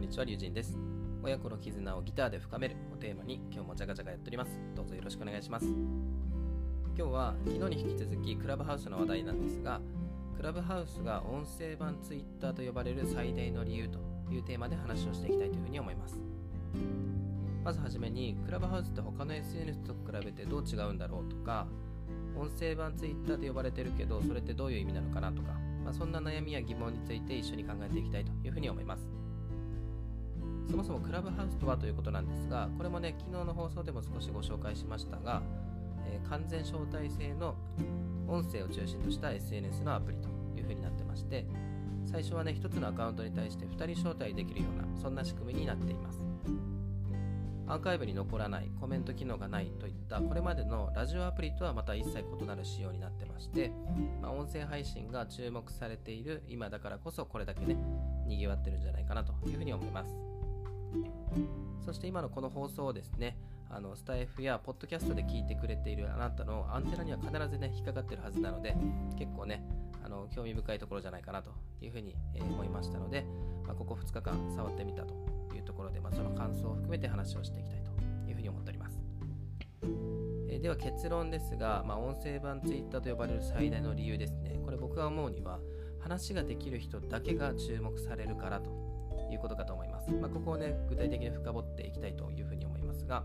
んにちは、リュウジンです。親子の絆をギターで深めるをテーマに今日もジャガジャガやっております。どうぞよろしくお願いします。今日は昨日に引き続きクラブハウスの話題なんですが、クラブハウスが音声版ツイッターと呼ばれる最大の理由というテーマで話をしていきたいというふうに思います。まずはじめに、クラブハウスって他の SNS と比べてどう違うんだろうとか、音声版ツイッターと呼ばれてるけどそれってどういう意味なのかなとか、そんな悩みや疑問について一緒に考えていきたいというふうに思います。そもそもクラブハウスとはということなんですが、これもね、昨日の放送でも少しご紹介しましたが、完全招待制の音声を中心とした SNS のアプリというふうになってまして、最初はね、1つのアカウントに対して2人招待できるような、そんな仕組みになっています。アーカイブに残らない、コメント機能がないといったこれまでのラジオアプリとはまた一切異なる仕様になってまして、音声配信が注目されている今だからこそこれだけね、賑わってるんじゃないかなというふうに思います。そして今のこの放送をですね、スタイフやポッドキャストで聞いてくれているあなたのアンテナには必ずね、引っかかってるはずなので、結構ね、興味深いところじゃないかなというふうに思いましたので、ここ2日間触ってみたというところで、その感想を含めて話をしていきたいというふうに思っております。では結論ですが、音声版ツイッターと呼ばれる最大の理由ですね。これ僕が思うには、話ができる人だけが注目されるからということかと思います。ここをね、具体的に深掘っていきたいというふうに思いますが、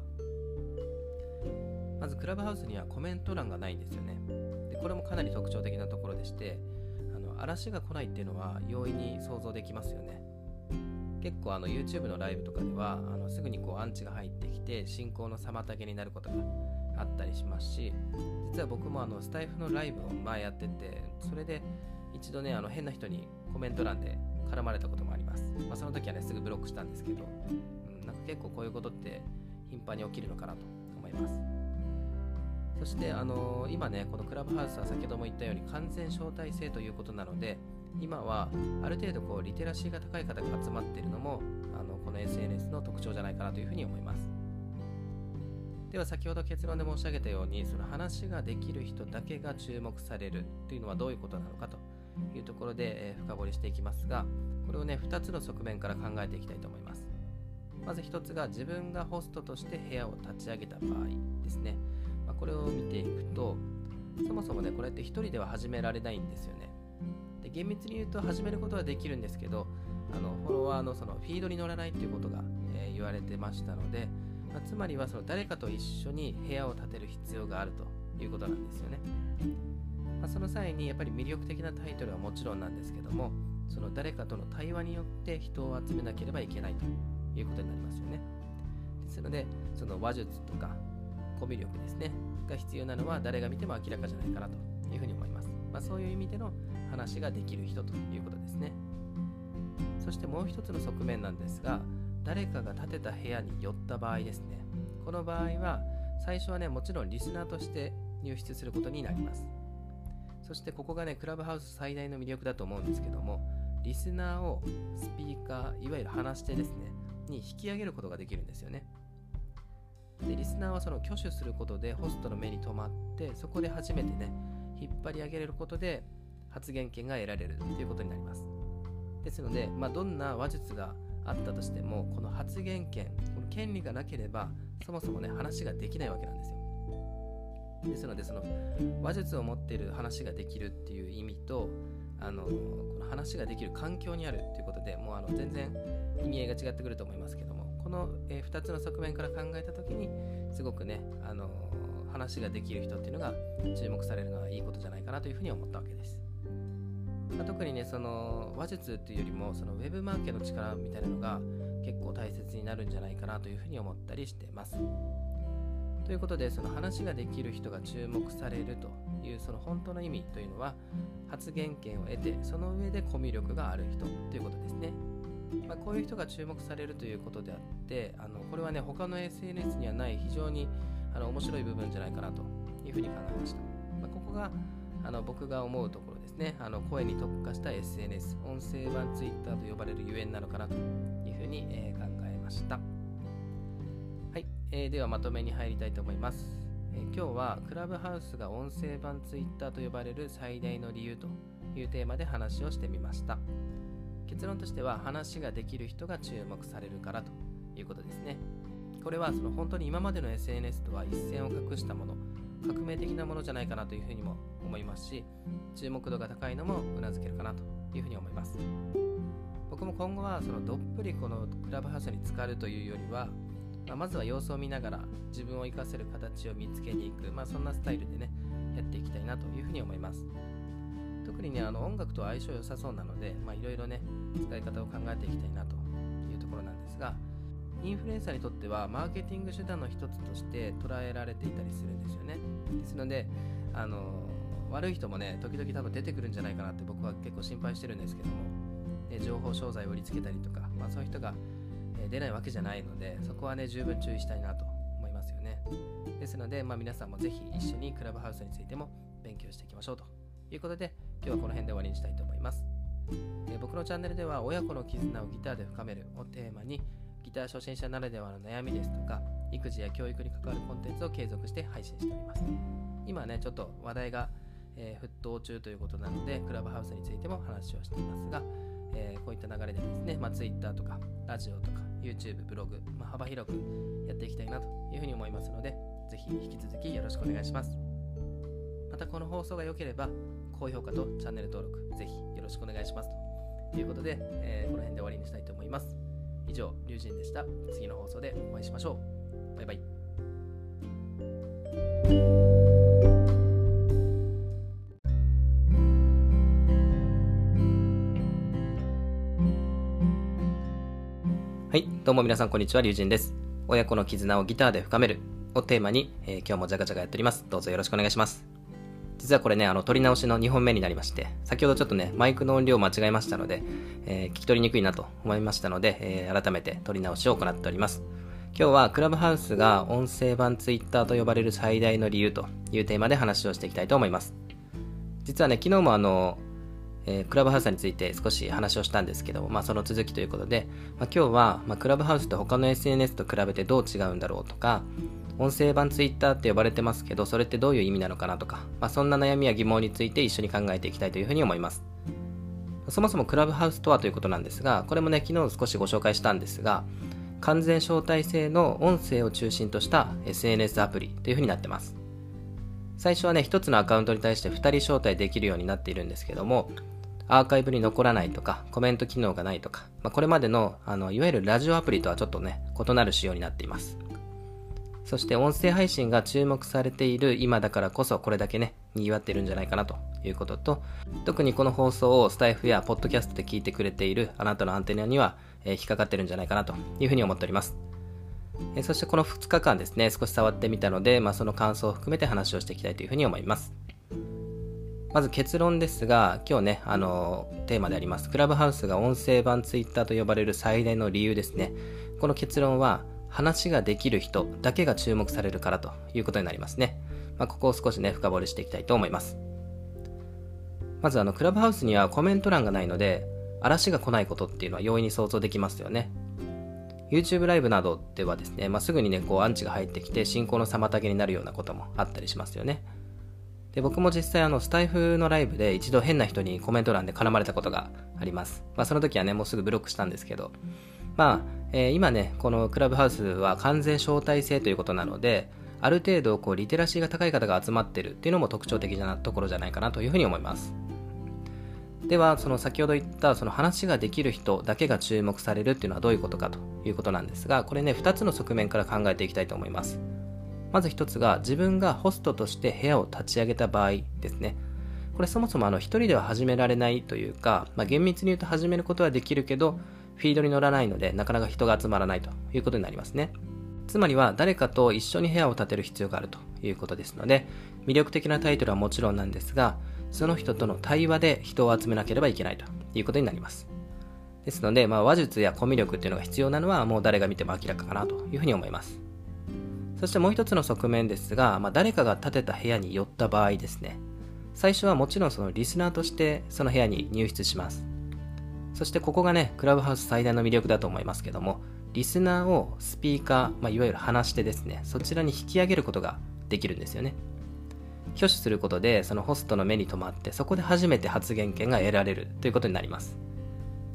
まずクラブハウスにはコメント欄がないんですよね。でこれもかなり特徴的なところでして、嵐が来ないっていうのは容易に想像できますよね。結構YouTube のライブとかではすぐにアンチが入ってきて進行の妨げになることがあったりしますし、実は僕もスタイフのライブを前やってて、それで一度ね、変な人にコメント欄で絡まれたこともあります。その時はね、すぐブロックしたんですけど、なんか結構こういうことって頻繁に起きるのかなと思います。そして今ね、このクラブハウスは先ほども言ったように完全招待制ということなので、今はある程度リテラシーが高い方が集まっているのもこの SNS の特徴じゃないかなというふうに思います。では先ほど結論で申し上げたように、その話ができる人だけが注目されるというのはどういうことなのかというところで深掘りしていきますが、これをね、2つの側面から考えていきたいと思います。まず1つが自分がホストとして部屋を立ち上げた場合ですね。これを見ていくと、そもそもね、これって1人では始められないんですよね。で厳密に言うと始めることはできるんですけど、フォロワーのそのフィードに乗らないということが、言われてましたので、つまりはその誰かと一緒に部屋を建てる必要があるということなんですよね。その際にやっぱり魅力的なタイトルはもちろんなんですけども、その誰かとの対話によって人を集めなければいけないということになりますよね。ですので、その話術とかコミュ力ですねが必要なのは誰が見ても明らかじゃないかなというふうに思います。そういう意味での話ができる人ということですね。そしてもう一つの側面なんですが、誰かが建てた部屋に寄った場合ですね。この場合は最初はね、もちろんリスナーとして入室することになります。そしてここがね、クラブハウス最大の魅力だと思うんですけども、リスナーをスピーカー、いわゆる話し手ですねに引き上げることができるんですよね。でリスナーはその挙手することでホストの目に留まって、そこで初めてね、引っ張り上げれることで発言権が得られるということになります。ですので、どんな話術があったとしても、この発言権、この権利がなければそもそもね、話ができないわけなんですよ。ですので、その話術を持っている話ができるっていう意味と、この話ができる環境にあるということで、もう全然意味合いが違ってくると思いますけども、この2つの側面から考えたときに、すごくね、話ができる人っていうのが注目されるのはいいことじゃないかなというふうに思ったわけです。特にね、その話術というよりもそのウェブマーケの力みたいなのが結構大切になるんじゃないかなというふうに思ったりしています。ということで、その話ができる人が注目されるというその本当の意味というのは、発言権を得てその上でコミュ力がある人ということですね。こういう人が注目されるということであって、これはね、他の SNS にはない非常に面白い部分じゃないかなというふうに考えました。ここが僕が思うところですね。声に特化した SNS、音声版 Twitter と呼ばれるゆえんなのかなというふうに、考えました。はい、ではまとめに入りたいと思います。今日はクラブハウスが音声版 Twitter と呼ばれる最大の理由というテーマで話をしてみました。 結論としては話ができる人が注目されるからということですね。これはその本当に今までの SNS とは一線を画したもの、革命的なものじゃないかなというふうにも思いますし、注目度が高いのもうなずけるかなというふうに思います。僕も今後はそのどっぷりこのクラブハウスに浸かるというよりは、まずは様子を見ながら自分を活かせる形を見つけに行く、そんなスタイルでねやっていきたいなというふうに思います。特にね音楽と相性良さそうなので、いろいろね使い方を考えていきたいなというところなんですが、インフルエンサーにとってはマーケティング手段の一つとして捉えられていたりするんですよね。ですので悪い人もね時々多分出てくるんじゃないかなって僕は結構心配してるんですけども、情報商材を売りつけたりとか、そういう人が出ないわけじゃないので、そこはね十分注意したいなと思いますよね。ですので、皆さんもぜひ一緒にクラブハウスについても勉強していきましょうということで、今日はこの辺で終わりにしたいと思います。僕のチャンネルでは親子の絆をギターで深めるをテーマに、ギター初心者ならではの悩みですとか育児や教育に関わるコンテンツを継続して配信しております。今ねちょっと話題が、沸騰中ということなので、クラブハウスについても話をしていますが、こういった流れでですね、Twitter とかラジオとか YouTube、ブログ、幅広くやっていきたいなというふうに思いますので、ぜひ引き続きよろしくお願いします。またこの放送が良ければ高評価とチャンネル登録ぜひよろしくお願いしますということで、この辺で終わりにしたいと思います。以上、リュウジンでした。次の放送でお会いしましょう。バイバイ。はい、どうも皆さんこんにちは、リュウジンです。親子の絆をギターで深めるをテーマに、今日もジャガジャガやっております。どうぞよろしくお願いします。実はこれね、撮り直しの2本目になりまして、先ほどちょっとね、マイクの音量を間違えましたので、聞き取りにくいなと思いましたので、改めて撮り直しを行っております。今日はクラブハウスが音声版ツイッターと呼ばれる最大の理由というテーマで話をしていきたいと思います。実はね、昨日もクラブハウスについて少し話をしたんですけども、その続きということで、今日は、クラブハウスと他の SNS と比べてどう違うんだろうとか、音声版ツイッターって呼ばれてますけど、それってどういう意味なのかなとか、そんな悩みや疑問について一緒に考えていきたいというふうに思います。そもそもクラブハウスとはということなんですが、これもね、昨日少しご紹介したんですが、完全招待制の音声を中心とした SNS アプリというふうになってます。最初はね、一つのアカウントに対して2人招待できるようになっているんですけども、アーカイブに残らないとか、コメント機能がないとか、これまでの、いわゆるラジオアプリとはちょっとね、異なる仕様になっています。そして音声配信が注目されている今だからこそ、これだけね、賑わってるんじゃないかなということと、特にこの放送をスタイフやポッドキャストで聞いてくれているあなたのアンテナには、引っかかってるんじゃないかなというふうに思っております。そしてこの2日間ですね、少し触ってみたので、その感想を含めて話をしていきたいというふうに思います。まず結論ですが、今日ね、テーマでありますクラブハウスが音声版ツイッターと呼ばれる最大の理由ですね。この結論は、話ができる人だけが注目されるからということになりますね。ここを少しね、深掘りしていきたいと思います。まずクラブハウスにはコメント欄がないので、嵐が来ないことっていうのは容易に想像できますよね。YouTube ライブなどではですね、すぐにね、アンチが入ってきて進行の妨げになるようなこともあったりしますよね。で、僕も実際スタイフのライブで一度変な人にコメント欄で絡まれたことがあります。その時はね、もうすぐブロックしたんですけど、今ね、このクラブハウスは完全招待制ということなので、ある程度リテラシーが高い方が集まっているっていうのも特徴的なところじゃないかなというふうに思います。では、その先ほど言ったその話ができる人だけが注目されるっていうのはどういうことかということなんですが、これね、2つの側面から考えていきたいと思います。まず1つが、自分がホストとして部屋を立ち上げた場合ですね。これそもそも1人では始められないというか、厳密に言うと始めることはできるけど、フィードに乗らないのでなかなか人が集まらないということになりますね。つまりは誰かと一緒に部屋を建てる必要があるということですので、魅力的なタイトルはもちろんなんですが、その人との対話で人を集めなければいけないということになります。ですので、話術やコミュ力っていうのが必要なのはもう誰が見ても明らかかなというふうに思います。そしてもう一つの側面ですが、誰かが建てた部屋に寄った場合ですね、最初はもちろんそのリスナーとしてその部屋に入室します。そしてここがね、クラブハウス最大の魅力だと思いますけども、リスナーをスピーカー、いわゆる話し手ですね、そちらに引き上げることができるんですよね。挙手することでそのホストの目に留まって、そこで初めて発言権が得られるということになります。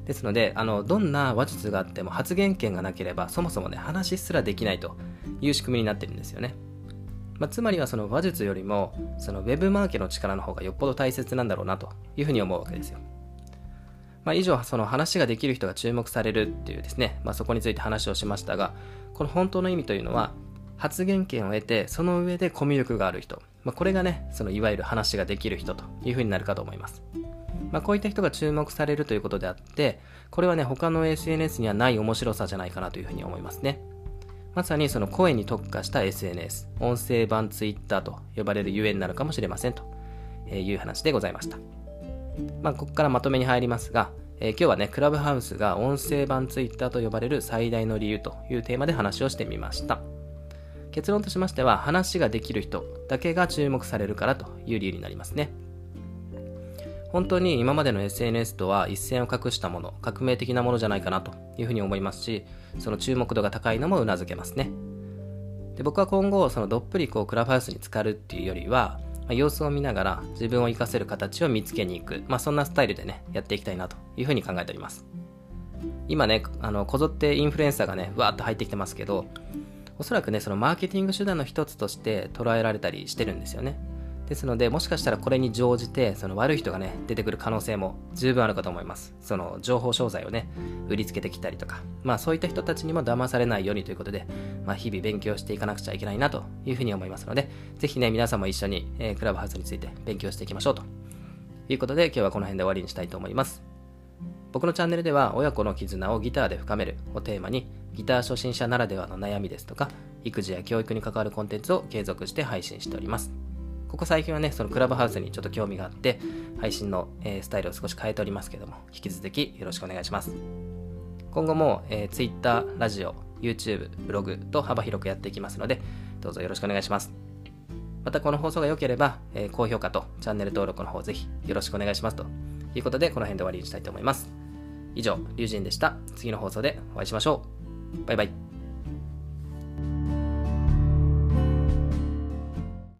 ですのでどんな話術があっても発言権がなければそもそもね話すらできないという仕組みになってるんですよね。つまりはその話術よりもそのウェブマーケの力の方がよっぽど大切なんだろうなというふうに思うわけですよ。以上その話ができる人が注目されるっていうですね、そこについて話をしましたが、この本当の意味というのは発言権を得てその上でコミュ力がある人、これがねそのいわゆる話ができる人というふうになるかと思います。こういった人が注目されるということであって、これはね他の SNS にはない面白さじゃないかなというふうに思いますね。まさにその声に特化した SNS、音声版 Twitter と呼ばれるゆえんになるかもしれませんという話でございました。ここからまとめに入りますが、今日はねクラブハウスが音声版 Twitter と呼ばれる最大の理由というテーマで話をしてみました。結論としましては、話ができる人だけが注目されるからという理由になりますね。本当に今までの SNS とは一線を画したもの、革命的なものじゃないかなというふうに思いますし、その注目度が高いのもうなずけますね。で、僕は今後そのどっぷりクラブハウスに浸かるっていうよりは、様子を見ながら自分を活かせる形を見つけに行く、そんなスタイルでねやっていきたいなというふうに考えております。今ねこぞってインフルエンサーがねわーっと入ってきてますけど、おそらくねそのマーケティング手段の一つとして捉えられたりしてるんですよね。ですので、もしかしたらこれに乗じてその悪い人がね出てくる可能性も十分あるかと思います。その情報商材をね売りつけてきたりとか、そういった人たちにも騙されないようにということで、日々勉強していかなくちゃいけないなというふうに思いますので、ぜひね皆さんも一緒に、クラブハウスについて勉強していきましょうということで、今日はこの辺で終わりにしたいと思います。僕のチャンネルでは親子の絆をギターで深めるをテーマに、ギター初心者ならではの悩みですとか育児や教育に関わるコンテンツを継続して配信しております。ここ最近はねそのクラブハウスにちょっと興味があって配信のスタイルを少し変えておりますけども、引き続きよろしくお願いします。今後もTwitter、ラジオ、YouTube、ブログと幅広くやっていきますので、どうぞよろしくお願いします。またこの放送が良ければ高評価とチャンネル登録の方ぜひよろしくお願いしますということで、この辺で終わりにしたいと思います。以上、龍神でした。次の放送でお会いしましょう。バイバイ。